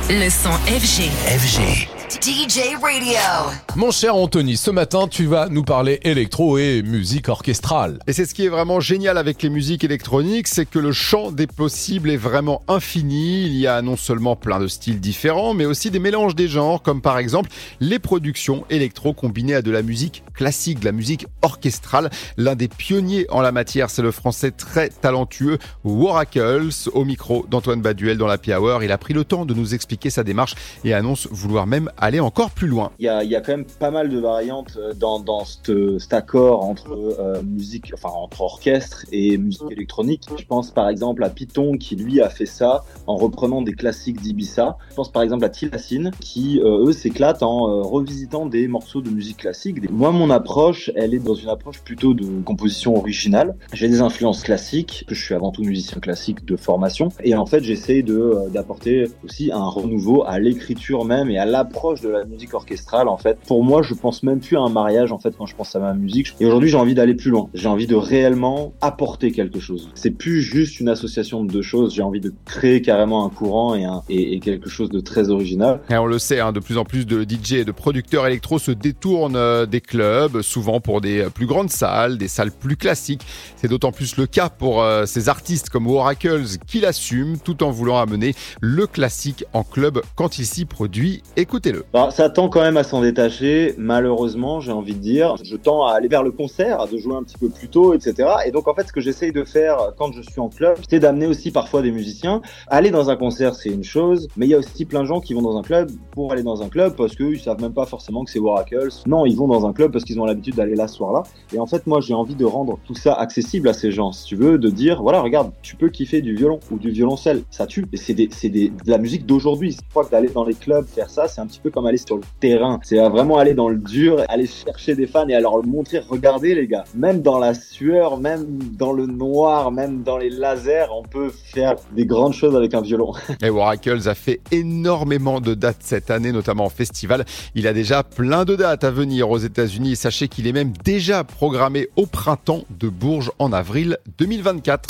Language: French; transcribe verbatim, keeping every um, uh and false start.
Le son F G. F G. D J Radio. Mon cher Anthony, ce matin, tu vas nous parler électro et musique orchestrale. Et c'est ce qui est vraiment génial avec les musiques électroniques, c'est que le champ des possibles est vraiment infini. Il y a non seulement plein de styles différents, mais aussi des mélanges des genres, comme par exemple les productions électro combinées à de la musique classique, de la musique orchestrale. L'un des pionniers en la matière, c'est le français très talentueux Waracles. Au micro d'Antoine Baduel dans l'Happy Hour, il a pris le temps de nous expliquer sa démarche et annonce vouloir même aller encore plus loin. Il y a, il y a quand même pas mal de variantes dans, dans cet, cet accord entre euh, musique, enfin entre orchestre et musique électronique. Je pense par exemple à Python qui lui a fait ça en reprenant des classiques d'Ibiza. Je pense par exemple à Tilacine qui euh, eux s'éclatent en euh, revisitant des morceaux de musique classique. Moi mon approche, elle est dans une approche plutôt de composition originale. J'ai des influences classiques, je suis avant tout musicien classique de formation et en fait j'essaye de euh, d'apporter aussi un renouveau à l'écriture même et à l'approche de la musique orchestrale. En fait, pour moi, je pense même plus à un mariage en fait quand je pense à ma musique. Et aujourd'hui, j'ai envie d'aller plus loin. J'ai envie de réellement apporter quelque chose. C'est plus juste une association de deux choses. J'ai envie de créer carrément un courant et, un, et, et quelque chose de très original. Et on le sait, hein, de plus en plus de D J et de producteurs électro se détournent euh, des clubs, souvent pour des plus grandes salles, des salles plus classiques. C'est d'autant plus le cas pour euh, ces artistes comme Waracles qui l'assument tout en voulant amener le classique en club quand il s'y produit. Écoutez-le. Alors, ça tend quand même à s'en détacher, malheureusement, j'ai envie de dire. Je tends à aller vers le concert, à de jouer un petit peu plus tôt, et cetera. Et donc, en fait, ce que j'essaye de faire quand je suis en club, c'est d'amener aussi parfois des musiciens. Aller dans un concert, c'est une chose, mais il y a aussi plein de gens qui vont dans un club pour aller dans un club parce qu'ils savent même pas forcément que c'est Waracles. Non, ils vont dans un club parce qu'ils ont l'habitude d'aller là ce soir-là. Et en fait, moi, j'ai envie de rendre tout ça accessible à ces gens, si tu veux, de dire, voilà, regarde, tu peux kiffer du violon ou du violoncelle, ça tue. Et c'est des, c'est des, de la musique d'aujourd'hui. Je crois que d'aller dans les clubs faire ça, c'est un petit peu comme aller sur le terrain. C'est vraiment aller dans le dur, aller chercher des fans et à leur montrer, regardez les gars, même dans la sueur, même dans le noir, même dans les lasers, on peut faire des grandes choses avec un violon. Et Waracles a fait énormément de dates cette année, notamment en festival. Il a déjà plein de dates à venir aux États-Unis et sachez qu'il est même déjà programmé au printemps de Bourges en avril deux mille vingt-quatre.